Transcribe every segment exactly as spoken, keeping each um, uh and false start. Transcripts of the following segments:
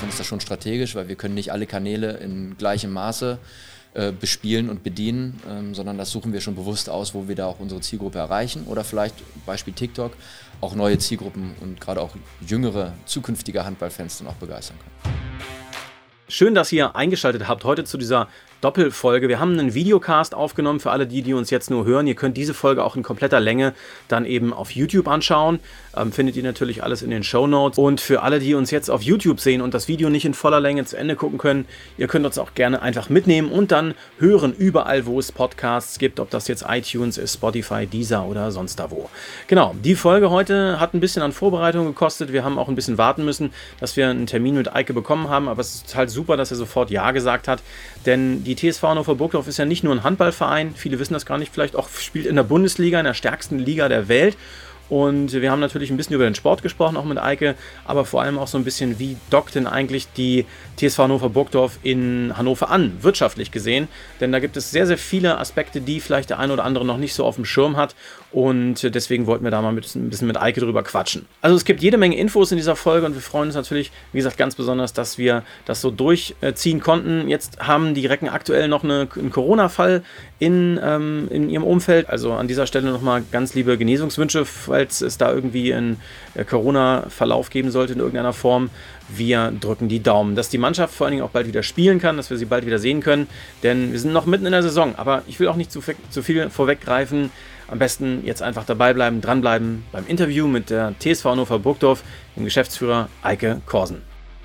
insofern ist das schon strategisch, weil wir können nicht alle Kanäle in gleichem Maße äh, bespielen und bedienen, ähm, sondern das suchen wir schon bewusst aus, wo wir da auch unsere Zielgruppe erreichen oder vielleicht, Beispiel TikTok, auch neue Zielgruppen und gerade auch jüngere, zukünftige Handballfans dann auch begeistern können. Schön, dass ihr eingeschaltet habt heute zu dieser Doppelfolge. Wir haben einen Videocast aufgenommen für alle die, die uns jetzt nur hören. Ihr könnt diese Folge auch in kompletter Länge dann eben auf YouTube anschauen. Ähm, findet ihr natürlich alles in den Shownotes. Und für alle, die uns jetzt auf YouTube sehen und das Video nicht in voller Länge zu Ende gucken können, ihr könnt uns auch gerne einfach mitnehmen und dann hören überall, wo es Podcasts gibt, ob das jetzt iTunes ist, Spotify, Deezer oder sonst da wo. Genau, die Folge heute hat ein bisschen an Vorbereitung gekostet. Wir haben auch ein bisschen warten müssen, dass wir einen Termin mit Eike bekommen haben, aber es ist halt super, dass er sofort Ja gesagt hat, denn die T S V Hannover Burgdorf ist ja nicht nur ein Handballverein, viele wissen das gar nicht, vielleicht auch spielt in der Bundesliga, in der stärksten Liga der Welt. Und wir haben natürlich ein bisschen über den Sport gesprochen, auch mit Eike, aber vor allem auch so ein bisschen, wie dockt denn eigentlich die T S V Hannover Burgdorf in Hannover an, wirtschaftlich gesehen. Denn da gibt es sehr, sehr viele Aspekte, die vielleicht der eine oder andere noch nicht so auf dem Schirm hat. Und deswegen wollten wir da mal ein bisschen mit Eike drüber quatschen. Also es gibt jede Menge Infos in dieser Folge und wir freuen uns natürlich, wie gesagt, ganz besonders, dass wir das so durchziehen konnten. Jetzt haben die Recken aktuell noch eine, einen Corona-Fall in, ähm, in ihrem Umfeld. Also an dieser Stelle nochmal ganz liebe Genesungswünsche, falls es da irgendwie einen Corona-Verlauf geben sollte in irgendeiner Form. Wir drücken die Daumen, dass die Mannschaft vor allen Dingen auch bald wieder spielen kann, dass wir sie bald wieder sehen können, denn wir sind noch mitten in der Saison. Aber ich will auch nicht zu, zu viel vorweggreifen. Am besten jetzt einfach dabei bleiben, dranbleiben beim Interview mit der T S V Hannover Burgdorf, dem Geschäftsführer Eike Korsen.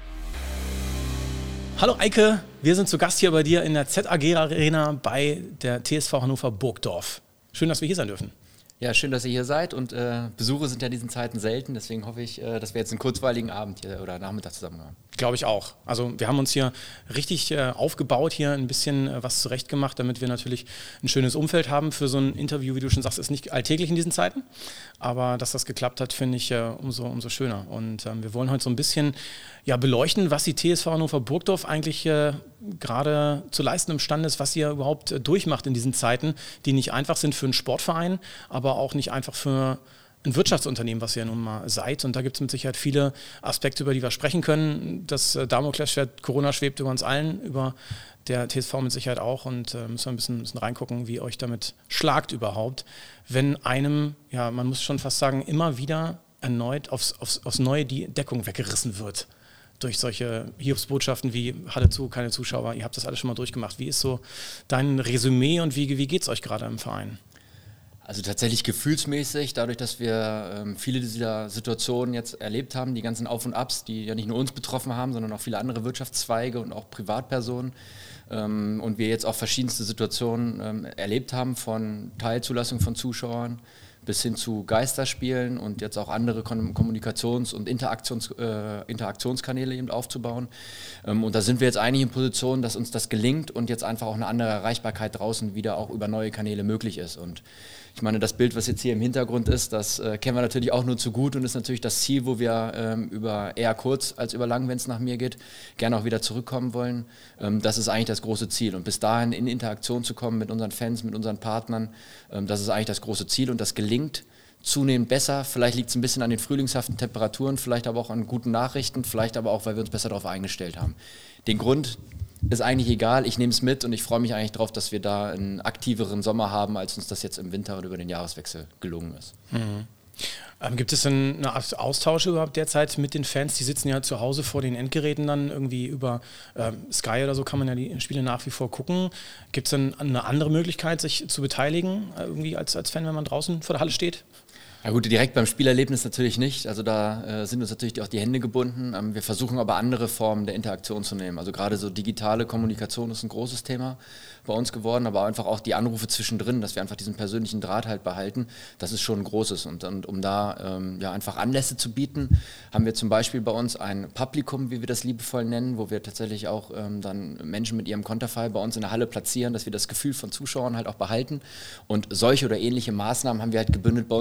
Hallo Eike, wir sind zu Gast hier bei dir in der Z A G Arena bei der T S V Hannover Burgdorf. Schön, dass wir hier sein dürfen. Ja, schön, dass ihr hier seid und äh, Besuche sind ja in diesen Zeiten selten, deswegen hoffe ich, äh, dass wir jetzt einen kurzweiligen Abend hier oder Nachmittag zusammen haben. Glaube ich auch. Also wir haben uns hier richtig äh, aufgebaut, hier ein bisschen äh, was zurechtgemacht, damit wir natürlich ein schönes Umfeld haben für so ein Interview, wie du schon sagst, ist nicht alltäglich in diesen Zeiten, aber dass das geklappt hat, finde ich äh, umso, umso schöner. Und ähm, wir wollen heute so ein bisschen ja, beleuchten, was die T S V Hannover Burgdorf eigentlich äh, gerade zu leisten imstande ist, was ihr überhaupt äh, durchmacht in diesen Zeiten, die nicht einfach sind für einen Sportverein, aber auch nicht einfach für ein Wirtschaftsunternehmen, was ihr nun mal seid. Und da gibt es mit Sicherheit viele Aspekte, über die wir sprechen können. Das äh, Damoklesschwert Corona schwebt über uns allen, über der T S V mit Sicherheit auch. Und äh, müssen wir ein bisschen, ein bisschen reingucken, wie euch damit schlagt überhaupt, wenn einem, ja, man muss schon fast sagen, immer wieder erneut aufs, aufs, aufs Neue die Deckung weggerissen wird. Durch solche Hiobsbotschaften wie Halle zu, keine Zuschauer. Ihr habt das alles schon mal durchgemacht. Wie ist so dein Resümee und wie, wie geht es euch gerade im Verein? Also tatsächlich gefühlsmäßig, dadurch, dass wir ähm, viele dieser Situationen jetzt erlebt haben, die ganzen Auf und Abs, die ja nicht nur uns betroffen haben, sondern auch viele andere Wirtschaftszweige und auch Privatpersonen ähm, und wir jetzt auch verschiedenste Situationen ähm, erlebt haben, von Teilzulassung von Zuschauern bis hin zu Geisterspielen und jetzt auch andere Kommunikations- und Interaktions, äh, Interaktionskanäle eben aufzubauen. Ähm, und da sind wir jetzt eigentlich in Position, dass uns das gelingt und jetzt einfach auch eine andere Erreichbarkeit draußen wieder auch über neue Kanäle möglich ist. Und ich meine, das Bild, was jetzt hier im Hintergrund ist, das äh, kennen wir natürlich auch nur zu gut und ist natürlich das Ziel, wo wir ähm, über eher kurz als über lang, wenn es nach mir geht, gerne auch wieder zurückkommen wollen. Ähm, das ist eigentlich das große Ziel. Und bis dahin in Interaktion zu kommen mit unseren Fans, mit unseren Partnern, ähm, das ist eigentlich das große Ziel und das gelingt zunehmend besser. Vielleicht liegt es ein bisschen an den frühlingshaften Temperaturen, vielleicht aber auch an guten Nachrichten, vielleicht aber auch, weil wir uns besser darauf eingestellt haben. Den Grund ist eigentlich egal, ich nehme es mit und ich freue mich eigentlich darauf, dass wir da einen aktiveren Sommer haben, als uns das jetzt im Winter oder über den Jahreswechsel gelungen ist. Mhm. Ähm, gibt es denn eine Art Austausch überhaupt derzeit mit den Fans? Die sitzen ja zu Hause vor den Endgeräten dann irgendwie über ähm, Sky oder so kann man ja die Spiele nach wie vor gucken. Gibt es denn eine andere Möglichkeit, sich zu beteiligen, irgendwie als, als Fan, wenn man draußen vor der Halle steht? Ja gut, direkt beim Spielerlebnis natürlich nicht. Also da äh, sind uns natürlich auch die Hände gebunden. Ähm, wir versuchen aber andere Formen der Interaktion zu nehmen. Also gerade so digitale Kommunikation ist ein großes Thema bei uns geworden, aber einfach auch die Anrufe zwischendrin, dass wir einfach diesen persönlichen Draht halt behalten, das ist schon ein großes. Und, und um da ähm, ja, einfach Anlässe zu bieten, haben wir zum Beispiel bei uns ein Publikum, wie wir das liebevoll nennen, wo wir tatsächlich auch ähm, dann Menschen mit ihrem Konterfei bei uns in der Halle platzieren, dass wir das Gefühl von Zuschauern halt auch behalten. Und solche oder ähnliche Maßnahmen haben wir halt gebündelt bei uns in der Erlebnis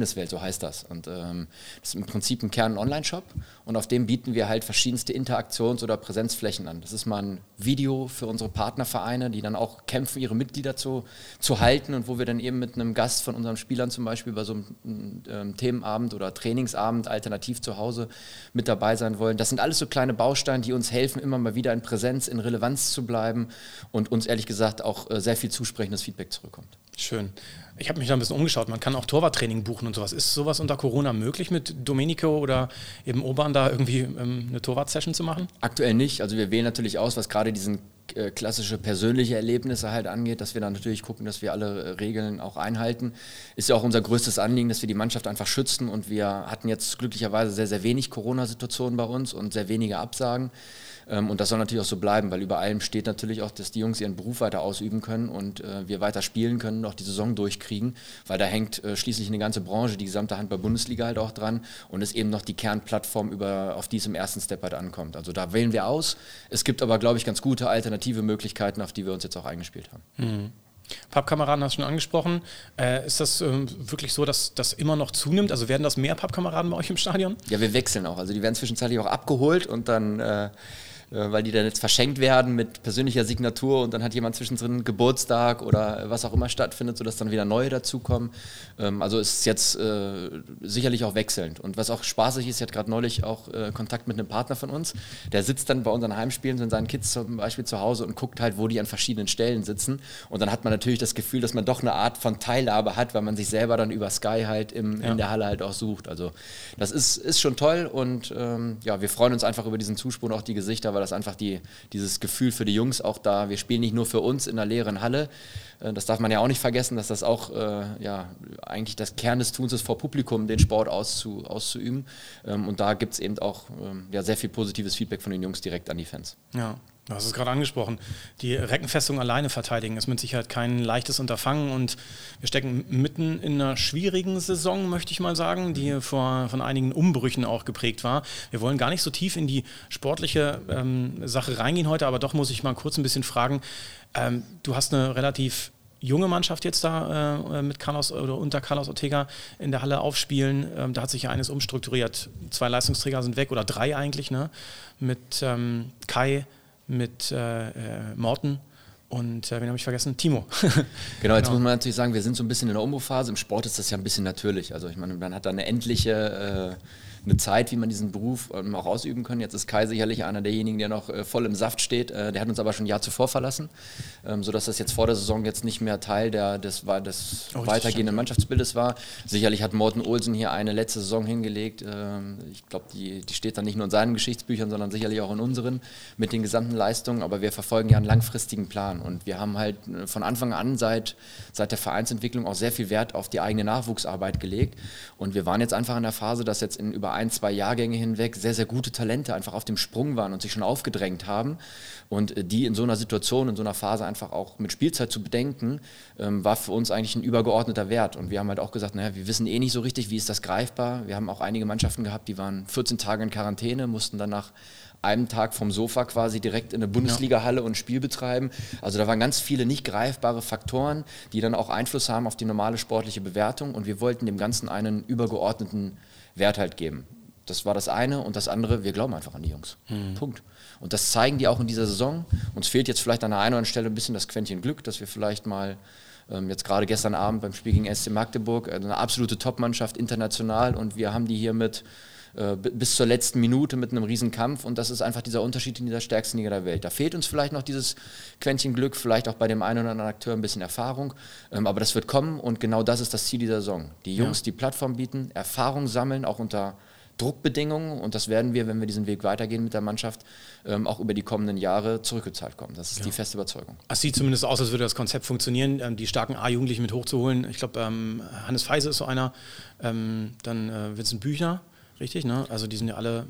Erlebniswelt, so heißt das. Und ähm, das ist im Prinzip ein Kern-Online-Shop und auf dem bieten wir halt verschiedenste Interaktions- oder Präsenzflächen an. Das ist mal ein Video für unsere Partnervereine, die dann auch kämpfen, ihre Mitglieder zu, zu halten und wo wir dann eben mit einem Gast von unseren Spielern zum Beispiel bei so einem ähm, Themenabend oder Trainingsabend alternativ zu Hause mit dabei sein wollen. Das sind alles so kleine Bausteine, die uns helfen, immer mal wieder in Präsenz, in Relevanz zu bleiben und uns ehrlich gesagt auch äh, sehr viel zusprechendes Feedback zurückkommt. Schön. Ich habe mich da ein bisschen umgeschaut. Man kann auch Torwarttraining buchen und sowas. Ist sowas unter Corona möglich, mit Domenico oder eben Oban da irgendwie ähm, eine Torwart-Session zu machen? Aktuell nicht. Also wir wählen natürlich aus, was gerade diesen äh, klassische persönliche Erlebnisse halt angeht, dass wir dann natürlich gucken, dass wir alle äh, Regeln auch einhalten. Ist ja auch unser größtes Anliegen, dass wir die Mannschaft einfach schützen und wir hatten jetzt glücklicherweise sehr, sehr wenig Corona-Situationen bei uns und sehr wenige Absagen. Und das soll natürlich auch so bleiben, weil über allem steht natürlich auch, dass die Jungs ihren Beruf weiter ausüben können und äh, wir weiter spielen können und auch die Saison durchkriegen, weil da hängt äh, schließlich eine ganze Branche, die gesamte Handball-Bundesliga halt auch dran und ist eben noch die Kernplattform, über, auf die es im ersten Step halt ankommt. Also da wählen wir aus. Es gibt aber, glaube ich, ganz gute alternative Möglichkeiten, auf die wir uns jetzt auch eingespielt haben. Mhm. Pappkameraden hast du schon angesprochen. Äh, ist das ähm, wirklich so, dass das immer noch zunimmt? Also werden das mehr Pappkameraden bei euch im Stadion? Ja, wir wechseln auch. Also die werden zwischenzeitlich auch abgeholt und dann... Äh, weil die dann jetzt verschenkt werden mit persönlicher Signatur und dann hat jemand zwischendrin Geburtstag oder was auch immer stattfindet, sodass dann wieder neue dazukommen. Ähm, also ist jetzt äh, sicherlich auch wechselnd. Und was auch spaßig ist, ich hatte gerade neulich auch äh, Kontakt mit einem Partner von uns, der sitzt dann bei unseren Heimspielen mit seinen Kids zum Beispiel zu Hause und guckt halt, wo die an verschiedenen Stellen sitzen. Und dann hat man natürlich das Gefühl, dass man doch eine Art von Teilhabe hat, weil man sich selber dann über Sky halt im, ja. in der Halle halt auch sucht. Also das ist, ist schon toll und ähm, ja, wir freuen uns einfach über diesen Zuspruch und auch die Gesichter, weil das einfach die, dieses Gefühl für die Jungs auch da, wir spielen nicht nur für uns in einer leeren Halle, das darf man ja auch nicht vergessen, dass das auch äh, ja, eigentlich das Kern des Tuns ist, vor Publikum den Sport auszu, auszuüben ähm, und da gibt es eben auch ähm, ja, sehr viel positives Feedback von den Jungs direkt an die Fans. Ja. Du hast es gerade angesprochen. Die Reckenfestung alleine verteidigen ist mit Sicherheit kein leichtes Unterfangen und wir stecken mitten in einer schwierigen Saison, möchte ich mal sagen, die vor, von einigen Umbrüchen auch geprägt war. Wir wollen gar nicht so tief in die sportliche ähm, Sache reingehen heute, aber doch muss ich mal kurz ein bisschen fragen. Ähm, du hast eine relativ junge Mannschaft jetzt da äh, mit Carlos oder unter Carlos Ortega in der Halle aufspielen. Ähm, da hat sich ja eines umstrukturiert. Zwei Leistungsträger sind weg oder drei eigentlich, ne? Mit ähm, Kai, mit äh, äh, Morten und, äh, wen habe ich vergessen? Timo. Genau, jetzt genau. muss man natürlich sagen, wir sind so ein bisschen in der Umbruchphase. Im Sport ist das ja ein bisschen natürlich. Also ich meine, man hat da eine endliche... Äh, eine Zeit, wie man diesen Beruf ähm, auch ausüben kann. Jetzt ist Kai sicherlich einer derjenigen, der noch äh, voll im Saft steht. Äh, der hat uns aber schon ein Jahr zuvor verlassen, ähm, sodass das jetzt vor der Saison jetzt nicht mehr Teil der, des, des oh, weitergehenden Mannschaftsbildes war. Sicherlich hat Morten Olsen hier eine letzte Saison hingelegt. Ähm, ich glaube, die, die steht dann nicht nur in seinen Geschichtsbüchern, sondern sicherlich auch in unseren mit den gesamten Leistungen. Aber wir verfolgen ja einen langfristigen Plan und wir haben halt von Anfang an seit, seit der Vereinsentwicklung auch sehr viel Wert auf die eigene Nachwuchsarbeit gelegt. Und wir waren jetzt einfach in der Phase, dass jetzt in über ein, zwei Jahrgänge hinweg sehr, sehr gute Talente einfach auf dem Sprung waren und sich schon aufgedrängt haben. Und die in so einer Situation, in so einer Phase einfach auch mit Spielzeit zu bedenken, ähm, war für uns eigentlich ein übergeordneter Wert. Und wir haben halt auch gesagt, naja, wir wissen eh nicht so richtig, wie ist das greifbar. Wir haben auch einige Mannschaften gehabt, die waren vierzehn Tage in Quarantäne, mussten dann nach einem Tag vom Sofa quasi direkt in eine Bundesliga-Halle und ein Spiel betreiben. Also da waren ganz viele nicht greifbare Faktoren, die dann auch Einfluss haben auf die normale sportliche Bewertung. Und wir wollten dem Ganzen einen übergeordneten Wert halt geben. Das war das eine und das andere, wir glauben einfach an die Jungs. Mhm. Punkt. Und das zeigen die auch in dieser Saison. Uns fehlt jetzt vielleicht an der einen oder anderen Stelle ein bisschen das Quäntchen Glück, dass wir vielleicht mal ähm, jetzt gerade gestern Abend beim Spiel gegen S C Magdeburg, eine absolute Top-Mannschaft international und wir haben die hier mit äh, bis zur letzten Minute mit einem riesen Kampf und das ist einfach dieser Unterschied in dieser stärksten Liga der Welt. Da fehlt uns vielleicht noch dieses Quäntchen Glück, vielleicht auch bei dem einen oder anderen Akteur ein bisschen Erfahrung, ähm, aber das wird kommen und genau das ist das Ziel dieser Saison. Die Jungs, ja. die Plattform bieten, Erfahrung sammeln, auch unter Druckbedingungen und das werden wir, wenn wir diesen Weg weitergehen mit der Mannschaft, ähm, auch über die kommenden Jahre zurückgezahlt kommen. Das ist ja. die feste Überzeugung. Es sieht zumindest aus, als würde das Konzept funktionieren, ähm, die starken A-Jugendlichen mit hochzuholen. Ich glaube, ähm, Hannes Feise ist so einer, ähm, dann äh, Vincent Büchner, richtig, ne? Also die sind ja alle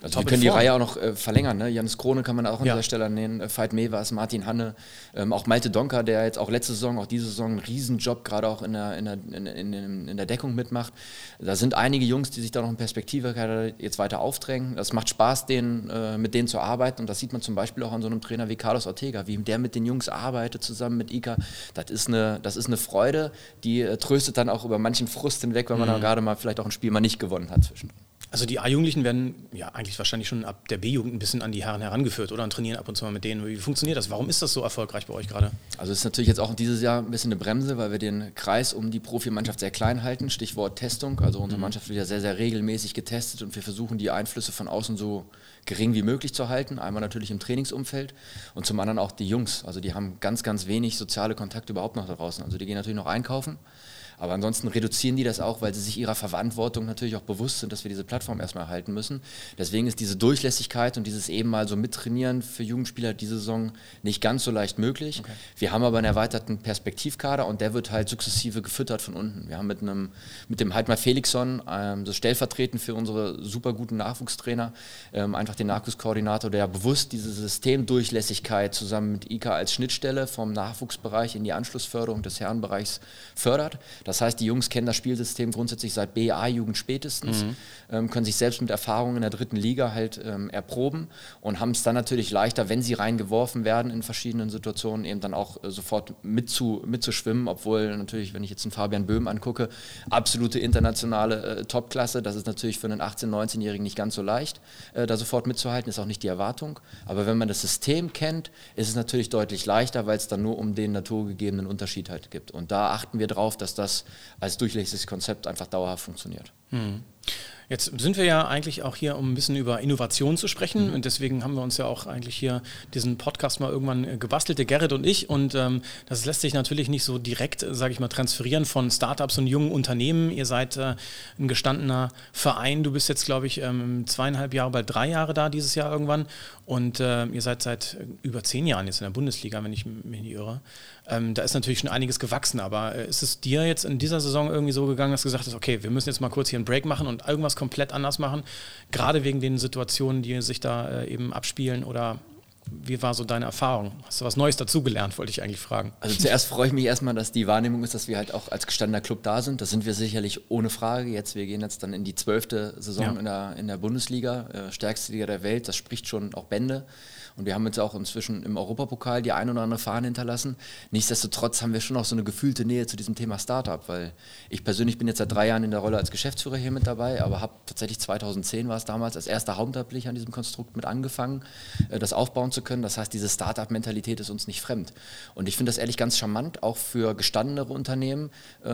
Also wir können die Reihe auch noch äh, verlängern. Ne? Janis Krone kann man auch an ja. dieser Stelle nennen, äh, Veit Mevers, Martin Hanne, ähm, auch Malte Donker, der jetzt auch letzte Saison, auch diese Saison einen Riesenjob gerade auch in der, in, der, in, in, in der Deckung mitmacht. Da sind einige Jungs, die sich da noch in Perspektive jetzt weiter aufdrängen. Das macht Spaß, denen, äh, mit denen zu arbeiten, und das sieht man zum Beispiel auch an so einem Trainer wie Carlos Ortega, wie der mit den Jungs arbeitet, zusammen mit Ika. Das ist eine, das ist eine Freude, die äh, tröstet dann auch über manchen Frust hinweg, wenn man mhm. dann gerade mal vielleicht auch ein Spiel mal nicht gewonnen hat zwischendrin. Also die A-Jugendlichen werden ja eigentlich wahrscheinlich schon ab der B-Jugend ein bisschen an die Herren herangeführt oder und trainieren ab und zu mal mit denen. Wie funktioniert das? Warum ist das so erfolgreich bei euch gerade? Also es ist natürlich jetzt auch dieses Jahr ein bisschen eine Bremse, weil wir den Kreis um die Profimannschaft sehr klein halten. Stichwort Testung. Also unsere Mannschaft wird ja sehr, sehr regelmäßig getestet, und wir versuchen die Einflüsse von außen so gering wie möglich zu halten. Einmal natürlich im Trainingsumfeld und zum anderen auch die Jungs. Also die haben ganz, ganz wenig soziale Kontakte überhaupt noch da draußen. Also die gehen natürlich noch einkaufen. Aber ansonsten reduzieren die das auch, weil sie sich ihrer Verantwortung natürlich auch bewusst sind, dass wir diese Plattform erstmal erhalten müssen. Deswegen ist diese Durchlässigkeit und dieses eben mal so mittrainieren für Jugendspieler diese Saison nicht ganz so leicht möglich. Okay. Wir haben aber einen erweiterten Perspektivkader, und der wird halt sukzessive gefüttert von unten. Wir haben mit einem, mit dem Heidmar Felixson, ähm, so stellvertretend für unsere super guten Nachwuchstrainer, ähm, einfach den Nachwuchskoordinator, der bewusst diese Systemdurchlässigkeit zusammen mit Ika als Schnittstelle vom Nachwuchsbereich in die Anschlussförderung des Herrenbereichs fördert. Das heißt, die Jungs kennen das Spielsystem grundsätzlich seit B A-Jugend spätestens, mhm. ähm, können sich selbst mit Erfahrungen in der dritten Liga halt ähm, erproben und haben es dann natürlich leichter, wenn sie reingeworfen werden in verschiedenen Situationen, eben dann auch äh, sofort mitzu, mitzuschwimmen, obwohl natürlich, wenn ich jetzt einen Fabian Böhm angucke, absolute internationale äh, Topklasse, das ist natürlich für einen achtzehn-, neunzehnjährigen nicht ganz so leicht, äh, da sofort mitzuhalten, ist auch nicht die Erwartung. Aber wenn man das System kennt, ist es natürlich deutlich leichter, weil es dann nur um den naturgegebenen Unterschied halt gibt. Und da achten wir drauf, dass das als durchlässiges Konzept einfach dauerhaft funktioniert. Hm. Jetzt sind wir ja eigentlich auch hier, um ein bisschen über Innovation zu sprechen, mhm. und deswegen haben wir uns ja auch eigentlich hier diesen Podcast mal irgendwann gebastelt, der Gerrit und ich, und ähm, das lässt sich natürlich nicht so direkt, sage ich mal, transferieren von Startups und jungen Unternehmen. Ihr seid äh, ein gestandener Verein, du bist jetzt, glaube ich, ähm, zweieinhalb Jahre, bald drei Jahre da dieses Jahr irgendwann, und äh, ihr seid seit über zehn Jahren jetzt in der Bundesliga, wenn ich mich nicht irre. Ähm, da ist natürlich schon einiges gewachsen, aber äh, ist es dir jetzt in dieser Saison irgendwie so gegangen, dass du gesagt hast, okay, wir müssen jetzt mal kurz hier einen Break machen und irgendwas komplett anders machen, gerade wegen den Situationen, die sich da äh, eben abspielen, oder wie war so deine Erfahrung? Hast du was Neues dazugelernt, wollte ich eigentlich fragen. Also zuerst freue ich mich erstmal, dass die Wahrnehmung ist, dass wir halt auch als gestandener Club da sind. Das sind wir sicherlich ohne Frage. Jetzt, wir gehen jetzt dann in die zwölfte Saison ja. in, der, in der Bundesliga, äh, stärkste Liga der Welt. Das spricht schon auch Bände. Und wir haben jetzt auch inzwischen im Europapokal die ein oder andere Fahne hinterlassen. Nichtsdestotrotz haben wir schon auch so eine gefühlte Nähe zu diesem Thema Startup, weil ich persönlich bin jetzt seit drei Jahren in der Rolle als Geschäftsführer hier mit dabei, aber habe tatsächlich zweitausendzehn war es damals als erster Hauptamtlicher an diesem Konstrukt mit angefangen, das aufbauen zu können. Das heißt, diese Startup-Mentalität ist uns nicht fremd. Und ich finde das ehrlich ganz charmant, auch für gestandenere Unternehmen,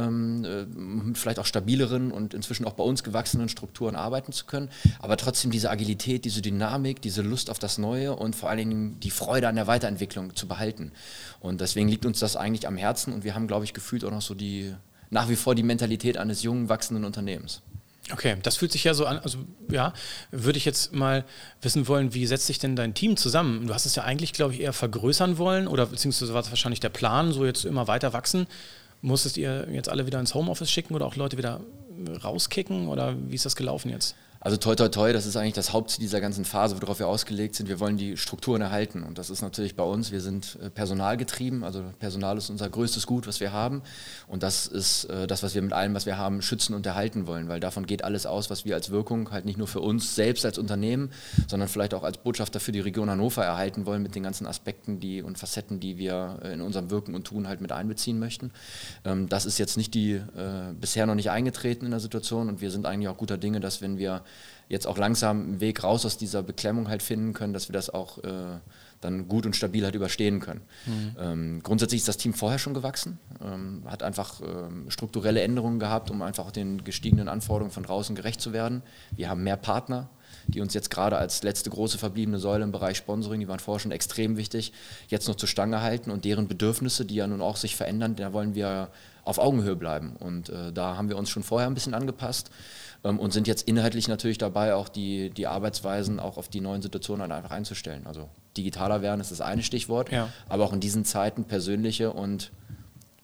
ähm, vielleicht auch stabileren und inzwischen auch bei uns gewachsenen Strukturen arbeiten zu können, aber trotzdem diese Agilität, diese Dynamik, diese Lust auf das Neue und vor allen Dingen die Freude an der Weiterentwicklung zu behalten. Und deswegen liegt uns das eigentlich am Herzen, und wir haben, glaube ich, gefühlt auch noch so die, nach wie vor die Mentalität eines jungen, wachsenden Unternehmens. Okay, das fühlt sich ja so an, also ja, würde ich jetzt mal wissen wollen, wie setzt sich denn dein Team zusammen? Du hast es ja eigentlich, glaube ich, eher vergrößern wollen, oder beziehungsweise war es wahrscheinlich der Plan, so jetzt immer weiter wachsen. Musstet ihr jetzt alle wieder ins Homeoffice schicken oder auch Leute wieder rauskicken, oder wie ist das gelaufen jetzt? Also toi toi toi, das ist eigentlich das Hauptziel dieser ganzen Phase, worauf wir ausgelegt sind. Wir wollen die Strukturen erhalten, und das ist natürlich bei uns, wir sind personalgetrieben, also Personal ist unser größtes Gut, was wir haben, und das ist das, was wir mit allem, was wir haben, schützen und erhalten wollen, weil davon geht alles aus, was wir als Wirkung halt nicht nur für uns selbst als Unternehmen, sondern vielleicht auch als Botschafter für die Region Hannover erhalten wollen, mit den ganzen Aspekten die und Facetten, die wir in unserem Wirken und Tun halt mit einbeziehen möchten. Das ist jetzt nicht die, äh, bisher noch nicht eingetreten in der Situation, und wir sind eigentlich auch guter Dinge, dass wenn wir jetzt auch langsam einen Weg raus aus dieser Beklemmung halt finden können, dass wir das auch äh, dann gut und stabil halt überstehen können. Mhm. Ähm, grundsätzlich ist das Team vorher schon gewachsen, ähm, hat einfach ähm, strukturelle Änderungen gehabt, um einfach den gestiegenen Anforderungen von draußen gerecht zu werden. Wir haben mehr Partner, die uns jetzt gerade als letzte große verbliebene Säule im Bereich Sponsoring, die waren vorher schon extrem wichtig, jetzt noch zur Stange halten, und deren Bedürfnisse, die ja nun auch sich verändern, da wollen wir auf Augenhöhe bleiben, und äh, da haben wir uns schon vorher ein bisschen angepasst ähm, und sind jetzt inhaltlich natürlich dabei, auch die, die Arbeitsweisen auch auf die neuen Situationen einfach einzustellen. Also digitaler werden ist das eine Stichwort, ja. aber auch in diesen Zeiten persönliche und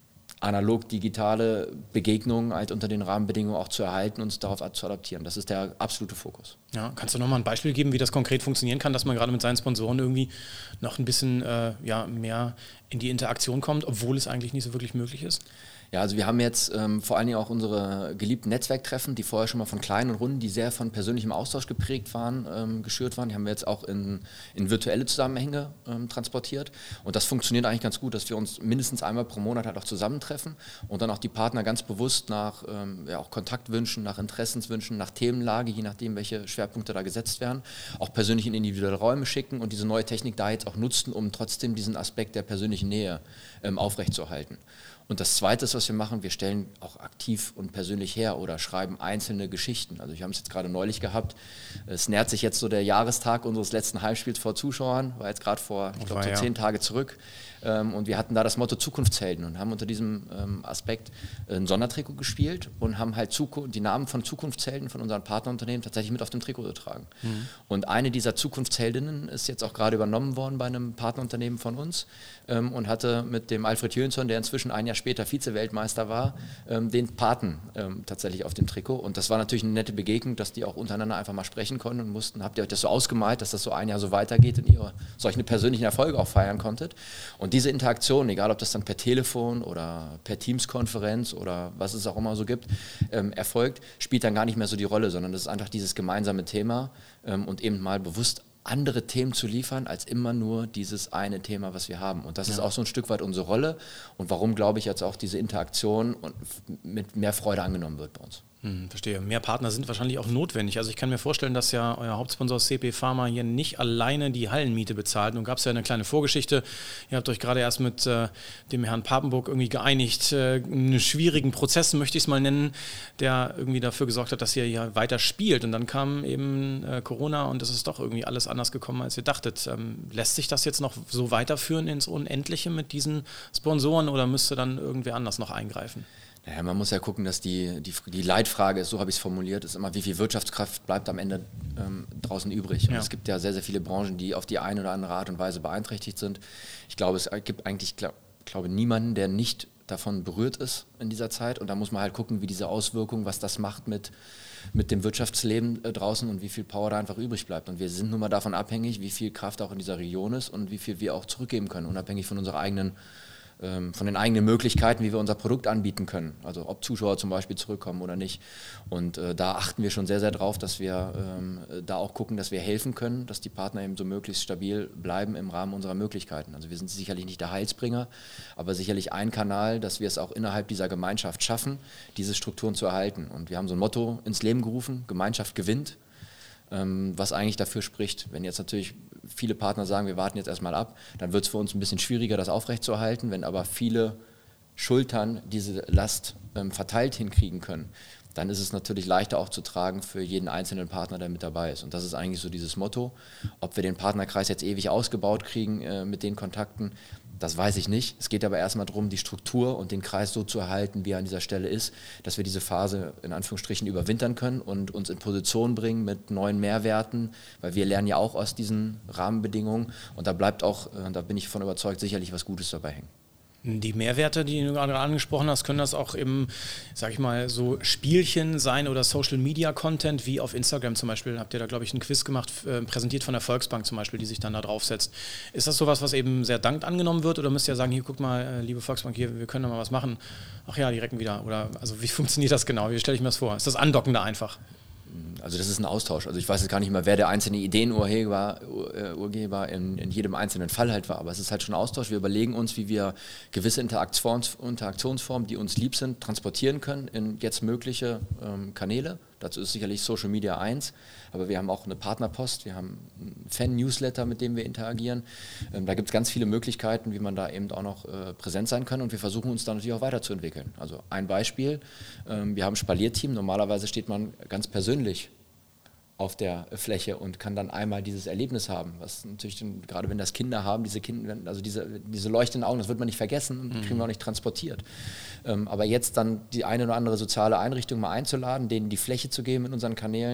analog-digitale Begegnungen halt unter den Rahmenbedingungen auch zu erhalten und uns darauf zu adaptieren. Das ist der absolute Fokus. Ja, kannst du noch mal ein Beispiel geben, wie das konkret funktionieren kann, dass man gerade mit seinen Sponsoren irgendwie noch ein bisschen äh, ja, mehr in die Interaktion kommt, obwohl es eigentlich nicht so wirklich möglich ist? Ja, also wir haben jetzt ähm, vor allen Dingen auch unsere geliebten Netzwerktreffen, die vorher schon mal von kleinen Runden, die sehr von persönlichem Austausch geprägt waren, ähm, geschürt waren. Die haben wir jetzt auch in, in virtuelle Zusammenhänge ähm, transportiert. Und das funktioniert eigentlich ganz gut, dass wir uns mindestens einmal pro Monat halt auch zusammentreffen und dann auch die Partner ganz bewusst nach ähm, ja, auch Kontaktwünschen, nach Interessenswünschen, nach Themenlage, je nachdem, welche Schwerpunkte da gesetzt werden, auch persönlich in individuelle Räume schicken und diese neue Technik da jetzt auch nutzen, um trotzdem diesen Aspekt der persönlichen Nähe ähm, aufrechtzuerhalten. Und das Zweite ist, was wir machen, wir stellen auch aktiv und persönlich her oder schreiben einzelne Geschichten. Also wir haben es jetzt gerade neulich gehabt, es nähert sich jetzt so der Jahrestag unseres letzten Heimspiels vor Zuschauern, war jetzt gerade vor, ich glaube, so ja. zehn Tage zurück. Und wir hatten da das Motto Zukunftshelden und haben unter diesem Aspekt ein Sondertrikot gespielt und haben halt die Namen von Zukunftshelden von unseren Partnerunternehmen tatsächlich mit auf dem Trikot getragen. Mhm. Und eine dieser Zukunftsheldinnen ist jetzt auch gerade übernommen worden bei einem Partnerunternehmen von uns und hatte mit dem Alfred Jönsson, der inzwischen ein Jahr später Vize-Weltmeister war, den Paten tatsächlich auf dem Trikot. Und das war natürlich eine nette Begegnung, dass die auch untereinander einfach mal sprechen konnten und mussten, habt ihr euch das so ausgemalt, dass das so ein Jahr so weitergeht und ihr solche persönlichen Erfolge auch feiern konntet. Und diese Interaktion, egal ob das dann per Telefon oder per Teams-Konferenz oder was es auch immer so gibt, ähm, erfolgt, spielt dann gar nicht mehr so die Rolle, sondern das ist einfach dieses gemeinsame Thema ähm, und eben mal bewusst andere Themen zu liefern, als immer nur dieses eine Thema, was wir haben. Und das ja. ist auch so ein Stück weit unsere Rolle und warum, glaube ich, jetzt auch diese Interaktion und mit mehr Freude angenommen wird bei uns. Hm, verstehe. Mehr Partner sind wahrscheinlich auch notwendig. Also ich kann mir vorstellen, dass ja euer Hauptsponsor C P Pharma hier nicht alleine die Hallenmiete bezahlt. Nun gab es ja eine kleine Vorgeschichte. Ihr habt euch gerade erst mit äh, dem Herrn Papenburg irgendwie geeinigt. Äh, einen schwierigen Prozess, möchte ich es mal nennen, der irgendwie dafür gesorgt hat, dass ihr ja weiter spielt. Und dann kam eben äh, Corona und es ist doch irgendwie alles anders gekommen, als ihr dachtet. Ähm, lässt sich das jetzt noch so weiterführen ins Unendliche mit diesen Sponsoren oder müsste dann irgendwer anders noch eingreifen? Naja, man muss ja gucken, dass die, die, die Leitfrage ist, so habe ich es formuliert, ist immer, wie viel Wirtschaftskraft bleibt am Ende ähm, draußen übrig. Ja. Und es gibt ja sehr, sehr viele Branchen, die auf die eine oder andere Art und Weise beeinträchtigt sind. Ich glaube, es gibt eigentlich, glaub, glaube niemanden, der nicht davon berührt ist in dieser Zeit. Und da muss man halt gucken, wie diese Auswirkungen, was das macht mit, mit dem Wirtschaftsleben äh, draußen und wie viel Power da einfach übrig bleibt. Und wir sind nun mal davon abhängig, wie viel Kraft auch in dieser Region ist und wie viel wir auch zurückgeben können, unabhängig von unserer eigenen von den eigenen Möglichkeiten, wie wir unser Produkt anbieten können. Also ob Zuschauer zum Beispiel zurückkommen oder nicht. Und äh, da achten wir schon sehr, sehr drauf, dass wir ähm, da auch gucken, dass wir helfen können, dass die Partner eben so möglichst stabil bleiben im Rahmen unserer Möglichkeiten. Also wir sind sicherlich nicht der Heilsbringer, aber sicherlich ein Kanal, dass wir es auch innerhalb dieser Gemeinschaft schaffen, diese Strukturen zu erhalten. Und wir haben so ein Motto ins Leben gerufen, Gemeinschaft gewinnt. Was eigentlich dafür spricht, wenn jetzt natürlich viele Partner sagen, wir warten jetzt erstmal ab, dann wird es für uns ein bisschen schwieriger, das aufrechtzuerhalten. Wenn aber viele Schultern diese Last ähm, verteilt hinkriegen können, dann ist es natürlich leichter auch zu tragen für jeden einzelnen Partner, der mit dabei ist. Und das ist eigentlich so dieses Motto. Ob wir den Partnerkreis jetzt ewig ausgebaut kriegen äh, mit den Kontakten, das weiß ich nicht. Es geht aber erstmal darum, die Struktur und den Kreis so zu erhalten, wie er an dieser Stelle ist, dass wir diese Phase in Anführungsstrichen überwintern können und uns in Position bringen mit neuen Mehrwerten, weil wir lernen ja auch aus diesen Rahmenbedingungen und da bleibt auch, äh, da bin ich davon überzeugt, sicherlich was Gutes dabei hängen. Die Mehrwerte, die du gerade angesprochen hast, können das auch eben, sag ich mal, so Spielchen sein oder Social-Media-Content, wie auf Instagram zum Beispiel. Habt ihr da, glaube ich, einen Quiz gemacht, äh, präsentiert von der Volksbank zum Beispiel, die sich dann da draufsetzt. Ist das sowas, was eben sehr dankend angenommen wird oder müsst ihr sagen, hier, guck mal, äh, liebe Volksbank, hier, wir können da mal was machen. Ach ja, direkt wieder. Oder also wie funktioniert das genau? Wie stelle ich mir das vor? Ist das Andocken da einfach? Also das ist ein Austausch. Also ich weiß jetzt gar nicht mehr, wer der einzelne Ideenurheber äh, Urgeber in, in jedem einzelnen Fall halt war, aber es ist halt schon Austausch. Wir überlegen uns, wie wir gewisse Interaktions, Interaktionsformen, die uns lieb sind, transportieren können in jetzt mögliche ähm, Kanäle. Dazu ist sicherlich Social Media eins, aber wir haben auch eine Partnerpost, wir haben einen Fan-Newsletter, mit dem wir interagieren. Ähm, da gibt es ganz viele Möglichkeiten, wie man da eben auch noch äh, präsent sein kann und wir versuchen uns da natürlich auch weiterzuentwickeln. Also ein Beispiel, ähm, wir haben ein Spalierteam, normalerweise steht man ganz persönlich auf der Fläche und kann dann einmal dieses Erlebnis haben, was natürlich, dann, gerade wenn das Kinder haben, diese Kinder, also diese, diese leuchtenden Augen, das wird man nicht vergessen und mhm. kriegen wir auch nicht transportiert. Ähm, aber jetzt dann die eine oder andere soziale Einrichtung mal einzuladen, denen die Fläche zu geben in unseren Kanälen,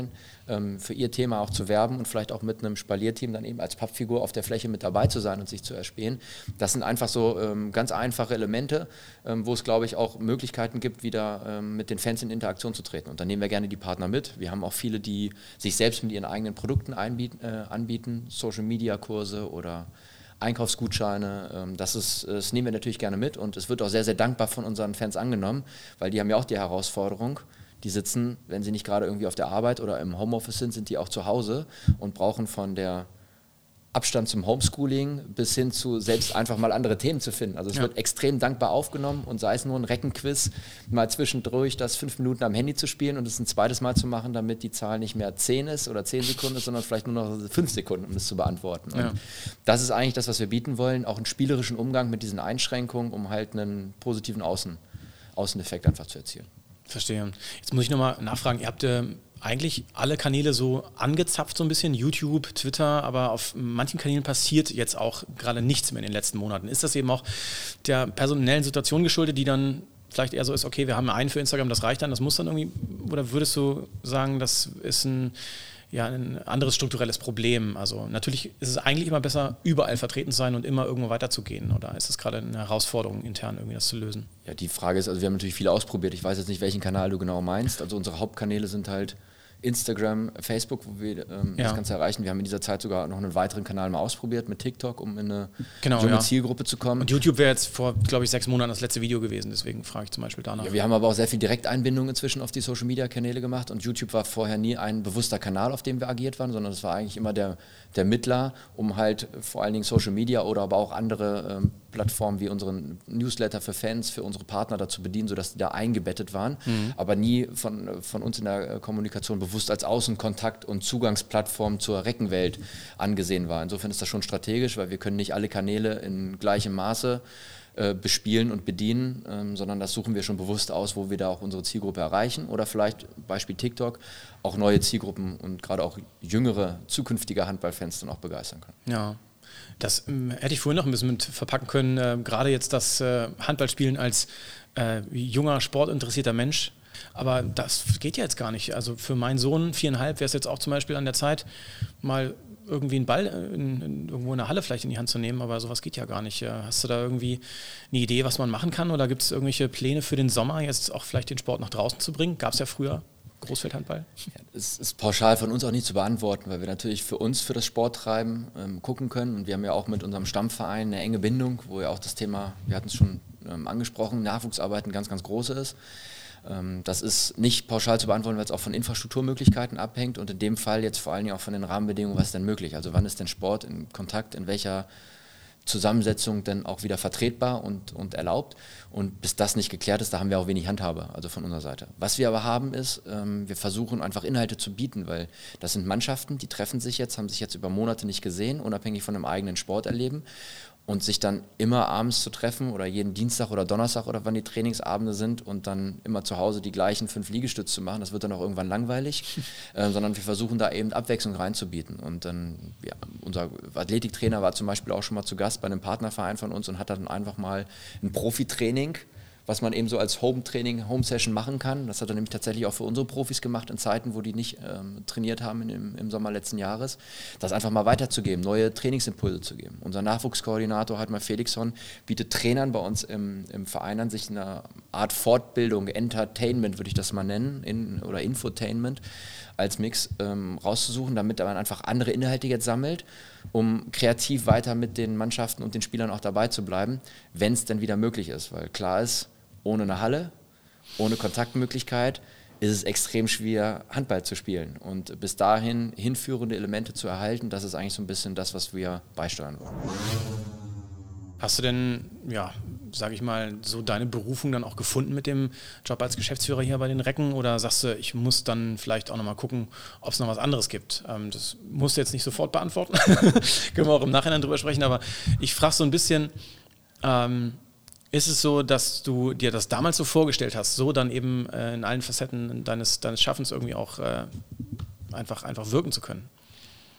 ähm, für ihr Thema auch zu werben und vielleicht auch mit einem Spalierteam dann eben als Pappfigur auf der Fläche mit dabei zu sein und sich zu erspähen. Das sind einfach so ähm, ganz einfache Elemente, ähm, wo es, glaube ich, auch Möglichkeiten gibt, wieder ähm, mit den Fans in Interaktion zu treten. Und dann nehmen wir gerne die Partner mit. Wir haben auch viele, die sich selbst mit ihren eigenen Produkten einbieten, äh, anbieten, Social-Media-Kurse oder Einkaufsgutscheine, das, ist, das nehmen wir natürlich gerne mit und es wird auch sehr, sehr dankbar von unseren Fans angenommen, weil die haben ja auch die Herausforderung, die sitzen, wenn sie nicht gerade irgendwie auf der Arbeit oder im Homeoffice sind, sind die auch zu Hause und brauchen von der Abstand zum Homeschooling bis hin zu selbst einfach mal andere Themen zu finden. Also es ja. wird extrem dankbar aufgenommen und sei es nur ein Reckenquiz, mal zwischendurch das fünf Minuten am Handy zu spielen und es ein zweites Mal zu machen, damit die Zahl nicht mehr zehn ist oder zehn Sekunden ist, sondern vielleicht nur noch fünf Sekunden, um das zu beantworten. Ja. Und das ist eigentlich das, was wir bieten wollen, auch einen spielerischen Umgang mit diesen Einschränkungen, um halt einen positiven Außen, Außeneffekt einfach zu erzielen. Verstehe. Jetzt muss ich nochmal nachfragen, ihr habt äh eigentlich alle Kanäle so angezapft so ein bisschen, YouTube, Twitter, aber auf manchen Kanälen passiert jetzt auch gerade nichts mehr in den letzten Monaten. Ist das eben auch der personellen Situation geschuldet, die dann vielleicht eher so ist, okay, wir haben einen für Instagram, das reicht dann, das muss dann irgendwie, oder würdest du sagen, das ist ein, ja, ein anderes strukturelles Problem? Also natürlich ist es eigentlich immer besser, überall vertreten zu sein und immer irgendwo weiterzugehen, oder ist es gerade eine Herausforderung, intern irgendwie das zu lösen? Ja, die Frage ist, also wir haben natürlich viel ausprobiert. Ich weiß jetzt nicht, welchen Kanal du genau meinst. Also unsere Hauptkanäle sind halt Instagram, Facebook, wo wir ähm, ja. das Ganze erreichen. Wir haben in dieser Zeit sogar noch einen weiteren Kanal mal ausprobiert mit TikTok, um in eine genau, junge ja. Zielgruppe zu kommen. Und YouTube wäre jetzt vor, glaube ich, sechs Monaten das letzte Video gewesen, deswegen frage ich zum Beispiel danach. Ja, wir haben aber auch sehr viel Direkteinbindung inzwischen auf die Social-Media-Kanäle gemacht und YouTube war vorher nie ein bewusster Kanal, auf dem wir agiert waren, sondern es war eigentlich immer der, der Mittler, um halt vor allen Dingen Social-Media oder aber auch andere ähm, Plattformen wie unseren Newsletter für Fans, für unsere Partner dazu bedienen, sodass die da eingebettet waren, mhm. aber nie von, von uns in der Kommunikation bewusst als Außenkontakt und Zugangsplattform zur Reckenwelt angesehen war. Insofern ist das schon strategisch, weil wir können nicht alle Kanäle in gleichem Maße äh, bespielen und bedienen, ähm, sondern das suchen wir schon bewusst aus, wo wir da auch unsere Zielgruppe erreichen oder vielleicht, Beispiel TikTok, auch neue Zielgruppen und gerade auch jüngere, zukünftige Handballfans dann auch begeistern können. Ja. Das ähm, hätte ich vorhin noch ein bisschen mit verpacken können, äh, gerade jetzt das äh, Handballspielen als äh, junger, sportinteressierter Mensch. Aber das geht ja jetzt gar nicht. Also für meinen Sohn, viereinhalb, wäre es jetzt auch zum Beispiel an der Zeit, mal irgendwie einen Ball in, in, irgendwo in der Halle vielleicht in die Hand zu nehmen, aber sowas geht ja gar nicht. Hast du da irgendwie eine Idee, was man machen kann, oder gibt es irgendwelche Pläne für den Sommer, jetzt auch vielleicht den Sport nach draußen zu bringen? Gab es ja früher. Großfeldhandball? Ja, es ist pauschal von uns auch nicht zu beantworten, weil wir natürlich für uns, für das Sporttreiben ähm, gucken können. Und wir haben ja auch mit unserem Stammverein eine enge Bindung, wo ja auch das Thema, wir hatten es schon ähm, angesprochen, Nachwuchsarbeit ein ganz, ganz große ist. Ähm, das ist nicht pauschal zu beantworten, weil es auch von Infrastrukturmöglichkeiten abhängt und in dem Fall jetzt vor allen Dingen auch von den Rahmenbedingungen, was ist denn möglich? Also wann ist denn Sport in Kontakt, in welcher Zusammensetzung dann auch wieder vertretbar und, und erlaubt. Und bis das nicht geklärt ist, da haben wir auch wenig Handhabe, also von unserer Seite. Was wir aber haben ist, ähm, wir versuchen einfach Inhalte zu bieten, weil das sind Mannschaften, die treffen sich jetzt, haben sich jetzt über Monate nicht gesehen, unabhängig von einem eigenen Sport erleben. Und sich dann immer abends zu treffen oder jeden Dienstag oder Donnerstag oder wann die Trainingsabende sind und dann immer zu Hause die gleichen fünf Liegestütze zu machen, das wird dann auch irgendwann langweilig, äh, sondern wir versuchen da eben Abwechslung reinzubieten. Und dann, ja, unser Athletiktrainer war zum Beispiel auch schon mal zu Gast bei einem Partnerverein von uns und hat dann einfach mal ein Profitraining, was man eben so als Home-Training, Home-Session machen kann. Das hat er nämlich tatsächlich auch für unsere Profis gemacht in Zeiten, wo die nicht ähm, trainiert haben im, im Sommer letzten Jahres. Das einfach mal weiterzugeben, neue Trainingsimpulse zu geben. Unser Nachwuchskoordinator, Hartmar Felixson, bietet Trainern bei uns im, im Verein an, sich eine Art Fortbildung, Entertainment würde ich das mal nennen, in, oder Infotainment als Mix ähm, rauszusuchen, damit man einfach andere Inhalte jetzt sammelt, um kreativ weiter mit den Mannschaften und den Spielern auch dabei zu bleiben, wenn es denn wieder möglich ist. Weil klar ist, ohne eine Halle, ohne Kontaktmöglichkeit ist es extrem schwer, Handball zu spielen. Und bis dahin hinführende Elemente zu erhalten, das ist eigentlich so ein bisschen das, was wir beisteuern wollen. Hast du denn, ja, sage ich mal, so deine Berufung dann auch gefunden mit dem Job als Geschäftsführer hier bei den Recken? Oder sagst du, ich muss dann vielleicht auch nochmal gucken, ob es noch was anderes gibt? Ähm, das musst du jetzt nicht sofort beantworten. Können wir auch im Nachhinein drüber sprechen. Aber ich frage so ein bisschen, ähm, ist es so, dass du dir das damals so vorgestellt hast, so dann eben äh, in allen Facetten deines, deines Schaffens irgendwie auch äh, einfach, einfach wirken zu können?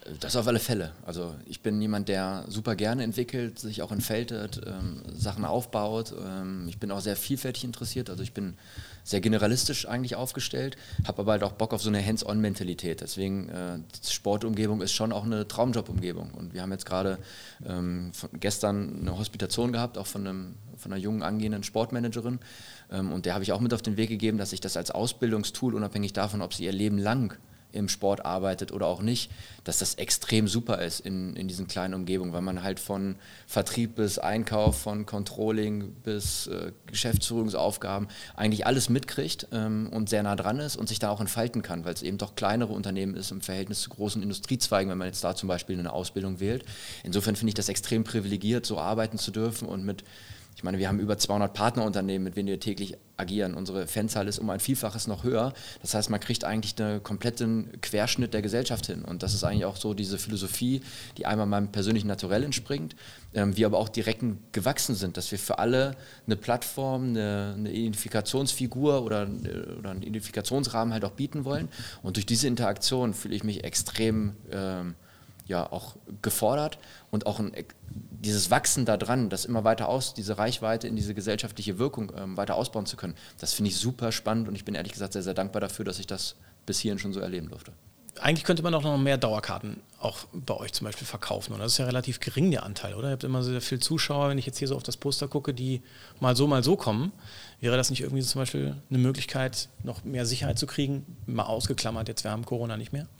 Das auf alle Fälle. Also ich bin jemand, der super gerne entwickelt, sich auch entfaltet, ähm, Sachen aufbaut. Ähm, ich bin auch sehr vielfältig interessiert. Also ich bin sehr generalistisch eigentlich aufgestellt, habe aber halt auch Bock auf so eine Hands-on-Mentalität. Deswegen, äh, die Sportumgebung ist schon auch eine Traumjob-Umgebung. Und wir haben jetzt gerade ähm, von gestern eine Hospitation gehabt, auch von, einem, von einer jungen angehenden Sportmanagerin. Ähm, und der habe ich auch mit auf den Weg gegeben, dass ich das als Ausbildungstool, unabhängig davon, ob sie ihr Leben lang im Sport arbeitet oder auch nicht, dass das extrem super ist in, in diesen kleinen Umgebungen, weil man halt von Vertrieb bis Einkauf, von Controlling bis äh, Geschäftsführungsaufgaben eigentlich alles mitkriegt ähm, und sehr nah dran ist und sich da auch entfalten kann, weil es eben doch kleinere Unternehmen ist im Verhältnis zu großen Industriezweigen, wenn man jetzt da zum Beispiel eine Ausbildung wählt. Insofern finde ich das extrem privilegiert, so arbeiten zu dürfen und mit Ich meine, wir haben über zweihundert Partnerunternehmen, mit denen wir täglich agieren. Unsere Fanzahl ist um ein Vielfaches noch höher. Das heißt, man kriegt eigentlich einen kompletten Querschnitt der Gesellschaft hin. Und das ist eigentlich auch so diese Philosophie, die einmal meinem persönlichen Naturell entspringt, ähm, wir aber auch direkt gewachsen sind, dass wir für alle eine Plattform, eine, eine Identifikationsfigur oder, oder einen Identifikationsrahmen halt auch bieten wollen. Und durch diese Interaktion fühle ich mich extrem ähm, ja, auch gefordert und auch ein, dieses Wachsen da dran, das immer weiter aus, diese Reichweite in diese gesellschaftliche Wirkung ähm, weiter ausbauen zu können, das finde ich super spannend und ich bin ehrlich gesagt sehr, sehr dankbar dafür, dass ich das bis hierhin schon so erleben durfte. Eigentlich könnte man auch noch mehr Dauerkarten auch bei euch zum Beispiel verkaufen. Und das ist ja relativ gering, der Anteil, oder? Ihr habt immer sehr viele Zuschauer, wenn ich jetzt hier so auf das Poster gucke, die mal so, mal so kommen. Wäre das nicht irgendwie zum Beispiel eine Möglichkeit, noch mehr Sicherheit zu kriegen? Mal ausgeklammert, jetzt wir haben Corona nicht mehr.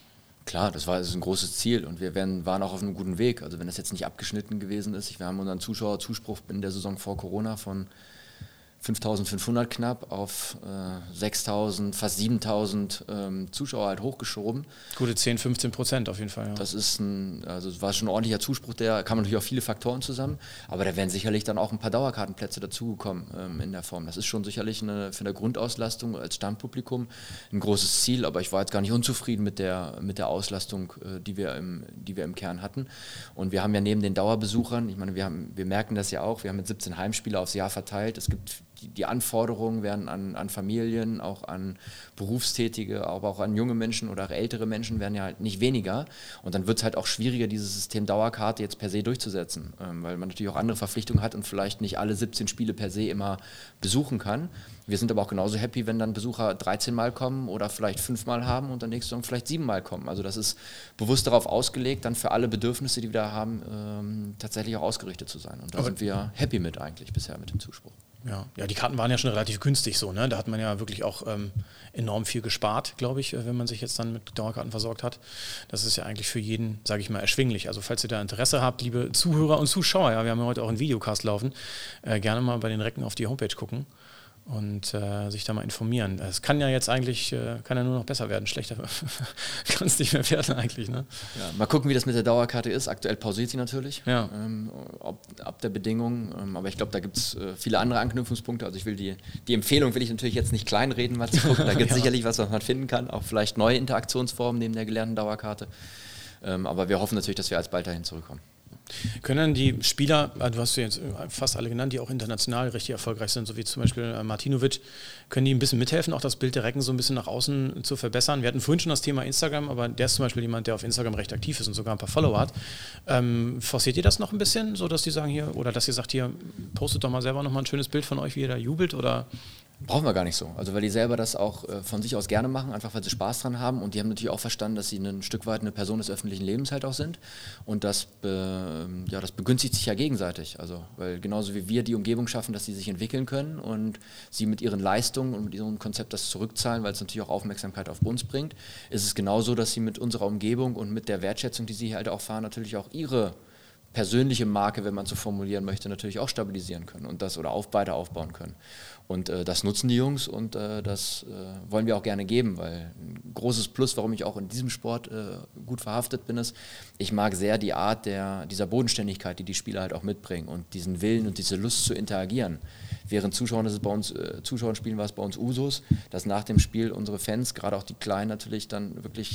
Klar, das war das ist ein großes Ziel und wir werden, waren auch auf einem guten Weg. Also wenn das jetzt nicht abgeschnitten gewesen ist, wir haben unseren Zuschauerzuspruch in der Saison vor Corona von fünftausendfünfhundert knapp auf äh, sechstausend, fast siebentausend ähm, Zuschauer halt hochgeschoben. Gute zehn, fünfzehn Prozent auf jeden Fall. Ja. Das ist ein, also es war schon ein ordentlicher Zuspruch, der kam natürlich auch viele Faktoren zusammen, aber da wären sicherlich dann auch ein paar Dauerkartenplätze dazugekommen ähm, in der Form. Das ist schon sicherlich eine, für eine Grundauslastung als Stammpublikum ein großes Ziel, aber ich war jetzt gar nicht unzufrieden mit der, mit der Auslastung, äh, die wir im, die wir im Kern hatten. Und wir haben ja neben den Dauerbesuchern, ich meine, wir, haben, wir merken das ja auch, wir haben mit siebzehn Heimspiele aufs Jahr verteilt, es gibt Die, die Anforderungen werden an, an Familien, auch an Berufstätige, aber auch an junge Menschen oder auch ältere Menschen werden ja halt nicht weniger. Und dann wird es halt auch schwieriger, dieses System Dauerkarte jetzt per se durchzusetzen, ähm, weil man natürlich auch andere Verpflichtungen hat und vielleicht nicht alle siebzehn Spiele per se immer besuchen kann. Wir sind aber auch genauso happy, wenn dann Besucher dreizehn Mal kommen oder vielleicht fünf Mal haben und dann nächste Saison vielleicht sieben Mal kommen. Also das ist bewusst darauf ausgelegt, dann für alle Bedürfnisse, die wir da haben, ähm, tatsächlich auch ausgerichtet zu sein. Und da aber sind wir happy mit eigentlich bisher mit dem Zuspruch. Ja, ja, die Karten waren ja schon relativ günstig so, ne? Da hat man ja wirklich auch ähm, enorm viel gespart, glaube ich, wenn man sich jetzt dann mit Dauerkarten versorgt hat. Das ist ja eigentlich für jeden, sage ich mal, erschwinglich. Also falls ihr da Interesse habt, liebe Zuhörer und Zuschauer, ja, wir haben ja heute auch einen Videocast laufen, äh, gerne mal bei den Recken auf die Homepage gucken und äh, sich da mal informieren. Es kann ja jetzt eigentlich, äh, kann ja nur noch besser werden, schlechter kann es nicht mehr werden eigentlich. Ne? Ja, mal gucken, wie das mit der Dauerkarte ist. Aktuell pausiert sie natürlich, ja. ähm, ob, ab der Bedingung, ähm, aber ich glaube, da gibt es äh, viele andere Anknüpfungspunkte. Also ich will die, die Empfehlung will ich natürlich jetzt nicht kleinreden, mal zu gucken. Da gibt es ja. sicherlich was, was man finden kann, auch vielleicht neue Interaktionsformen neben der gelernten Dauerkarte. Ähm, aber wir hoffen natürlich, dass wir alsbald dahin zurückkommen. Können die Spieler, du hast ja jetzt fast alle genannt, die auch international richtig erfolgreich sind, so wie zum Beispiel Martinovic, können die ein bisschen mithelfen, auch das Bild der Recken so ein bisschen nach außen zu verbessern? Wir hatten vorhin schon das Thema Instagram, aber der ist zum Beispiel jemand, der auf Instagram recht aktiv ist und sogar ein paar Follower hat. Ähm, forciert ihr das noch ein bisschen, so dass die sagen hier, oder dass ihr sagt hier, postet doch mal selber nochmal ein schönes Bild von euch, wie ihr da jubelt, oder... Brauchen wir gar nicht so. Also weil die selber das auch äh, von sich aus gerne machen, einfach weil sie Spaß dran haben und die haben natürlich auch verstanden, dass sie ein Stück weit eine Person des öffentlichen Lebens halt auch sind und das, be, ja, das begünstigt sich ja gegenseitig. Also weil genauso wie wir die Umgebung schaffen, dass sie sich entwickeln können und sie mit ihren Leistungen und mit ihrem Konzept das zurückzahlen, weil es natürlich auch Aufmerksamkeit auf uns bringt, ist es genauso, dass sie mit unserer Umgebung und mit der Wertschätzung, die sie hier halt auch fahren, natürlich auch ihre persönliche Marke, wenn man so formulieren möchte, natürlich auch stabilisieren können und das oder auf beide aufbauen können. Und äh, das nutzen die Jungs und äh, das äh, wollen wir auch gerne geben, weil ein großes Plus, warum ich auch in diesem Sport äh, gut verhaftet bin, ist, ich mag sehr die Art der, dieser Bodenständigkeit, die die Spieler halt auch mitbringen und diesen Willen und diese Lust zu interagieren. Während Zuschauern, das ist bei uns, äh, Zuschauern spielen war es bei uns Usus, dass nach dem Spiel unsere Fans, gerade auch die Kleinen natürlich, dann wirklich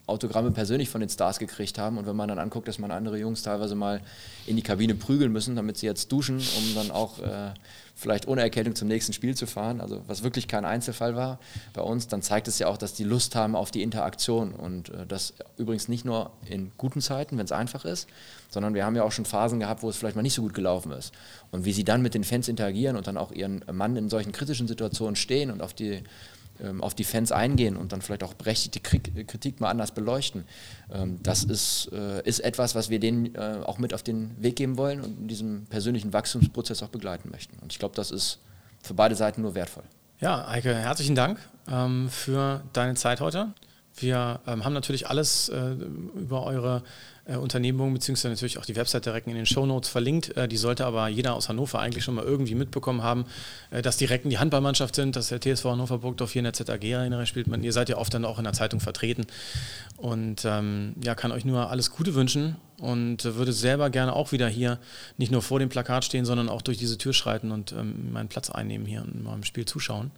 Autogramme persönlich von den Stars gekriegt haben. Und wenn man dann anguckt, dass man andere Jungs teilweise mal in die Kabine prügeln müssen, damit sie jetzt duschen, um dann auch äh, vielleicht ohne Erkältung zum nächsten Spiel zu fahren, also was wirklich kein Einzelfall war bei uns, dann zeigt es ja auch, dass die Lust haben auf die Interaktion. Und äh, das übrigens nicht nur in guten Zeiten, wenn es einfach ist, sondern wir haben ja auch schon Phasen gehabt, wo es vielleicht mal nicht so gut gelaufen ist. Und wie sie dann mit den Fans interagieren und dann auch ihren Mann in solchen kritischen Situationen stehen und auf die auf die Fans eingehen und dann vielleicht auch berechtigte Kritik mal anders beleuchten. Das ist, ist etwas, was wir denen auch mit auf den Weg geben wollen und in diesem persönlichen Wachstumsprozess auch begleiten möchten. Und ich glaube, das ist für beide Seiten nur wertvoll. Ja, Eike, herzlichen Dank ähm, für deine Zeit heute. Wir ähm, haben natürlich alles äh, über eure äh, Unternehmung beziehungsweise natürlich auch die Website der Recken in den Shownotes verlinkt. Äh, die sollte aber jeder aus Hannover eigentlich schon mal irgendwie mitbekommen haben, äh, dass die Recken die Handballmannschaft sind, dass der T S V Hannover Burgdorf hier in der Z A G-Arena spielt. Man, ihr seid ja oft dann auch in der Zeitung vertreten und ähm, ja, kann euch nur alles Gute wünschen und äh, würde selber gerne auch wieder hier nicht nur vor dem Plakat stehen, sondern auch durch diese Tür schreiten und ähm, meinen Platz einnehmen hier und mal im Spiel zuschauen.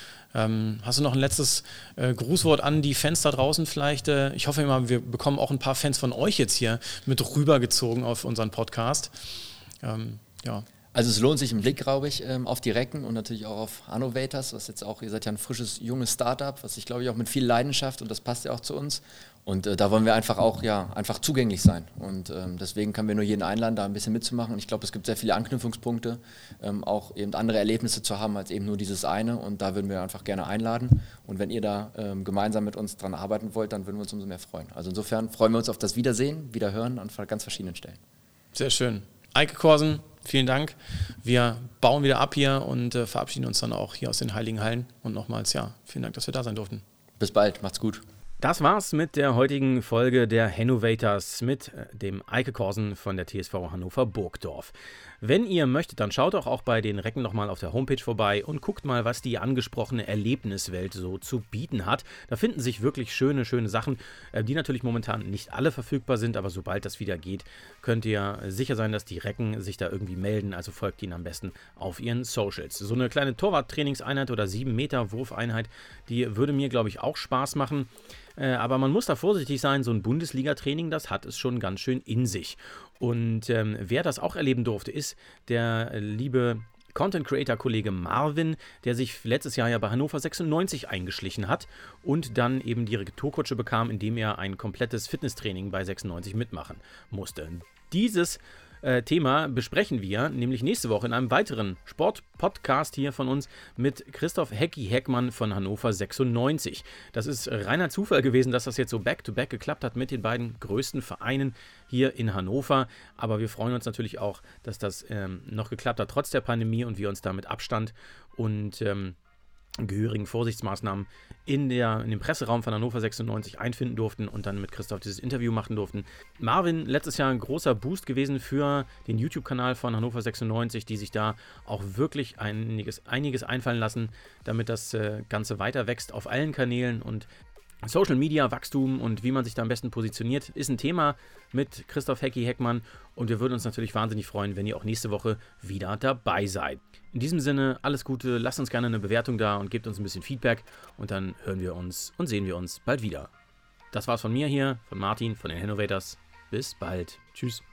Ähm, hast du noch ein letztes äh, Grußwort an die Fans da draußen vielleicht? Äh, ich hoffe immer, wir bekommen auch ein paar Fans von euch jetzt hier mit rübergezogen auf unseren Podcast. Ähm, ja. Also es lohnt sich einen Blick, glaube ich, auf die Recken und natürlich auch auf Hannovators, was jetzt auch, ihr seid ja ein frisches, junges Startup, was ich glaube ich auch mit viel Leidenschaft und das passt ja auch zu uns. Und äh, da wollen wir einfach auch ja, einfach zugänglich sein. Und ähm, deswegen können wir nur jeden einladen, da ein bisschen mitzumachen. Und ich glaube, es gibt sehr viele Anknüpfungspunkte, ähm, auch eben andere Erlebnisse zu haben als eben nur dieses eine. Und da würden wir einfach gerne einladen. Und wenn ihr da ähm, gemeinsam mit uns dran arbeiten wollt, dann würden wir uns umso mehr freuen. Also insofern freuen wir uns auf das Wiedersehen, Wiederhören an ganz verschiedenen Stellen. Sehr schön. Eike Korsen, vielen Dank. Wir bauen wieder ab hier und äh, verabschieden uns dann auch hier aus den Heiligen Hallen. Und nochmals, ja, vielen Dank, dass wir da sein durften. Bis bald, macht's gut. Das war's mit der heutigen Folge der Hannovators mit dem Eike Korsen von der T S V Hannover Burgdorf. Wenn ihr möchtet, dann schaut doch auch bei den Recken nochmal auf der Homepage vorbei und guckt mal, was die angesprochene Erlebniswelt so zu bieten hat. Da finden sich wirklich schöne, schöne Sachen, die natürlich momentan nicht alle verfügbar sind, aber sobald das wieder geht, könnt ihr sicher sein, dass die Recken sich da irgendwie melden, also folgt ihnen am besten auf ihren Socials. So eine kleine Torwart-Trainingseinheit oder sieben Meter Wurfeinheit, die würde mir, glaube ich, auch Spaß machen. Aber man muss da vorsichtig sein, so ein Bundesliga-Training, das hat es schon ganz schön in sich. Und ähm, wer das auch erleben durfte, ist der liebe Content-Creator-Kollege Marvin, der sich letztes Jahr ja bei Hannover sechsundneunzig eingeschlichen hat und dann eben die Retourkutsche bekam, indem er ein komplettes Fitnesstraining bei sechsundneunzig mitmachen musste. Dieses Thema besprechen wir nämlich nächste Woche in einem weiteren Sport-Podcast hier von uns mit Christoph Hecki-Heckmann von Hannover sechsundneunzig. Das ist reiner Zufall gewesen, dass das jetzt so back-to-back geklappt hat mit den beiden größten Vereinen hier in Hannover. Aber wir freuen uns natürlich auch, dass das ähm, noch geklappt hat, trotz der Pandemie und wir uns da mit Abstand und ähm, gehörigen Vorsichtsmaßnahmen in, der, in dem Presseraum von Hannover sechsundneunzig einfinden durften und dann mit Christoph dieses Interview machen durften. Marvin, letztes Jahr ein großer Boost gewesen für den YouTube-Kanal von Hannover sechsundneunzig, die sich da auch wirklich einiges, einiges einfallen lassen, damit das äh, Ganze weiter wächst auf allen Kanälen und Social Media Wachstum und wie man sich da am besten positioniert, ist ein Thema mit Christoph Hecki-Heckmann und wir würden uns natürlich wahnsinnig freuen, wenn ihr auch nächste Woche wieder dabei seid. In diesem Sinne, alles Gute, lasst uns gerne eine Bewertung da und gebt uns ein bisschen Feedback und dann hören wir uns und sehen wir uns bald wieder. Das war's von mir hier, von Martin, von den Hannovators. Bis bald. Tschüss.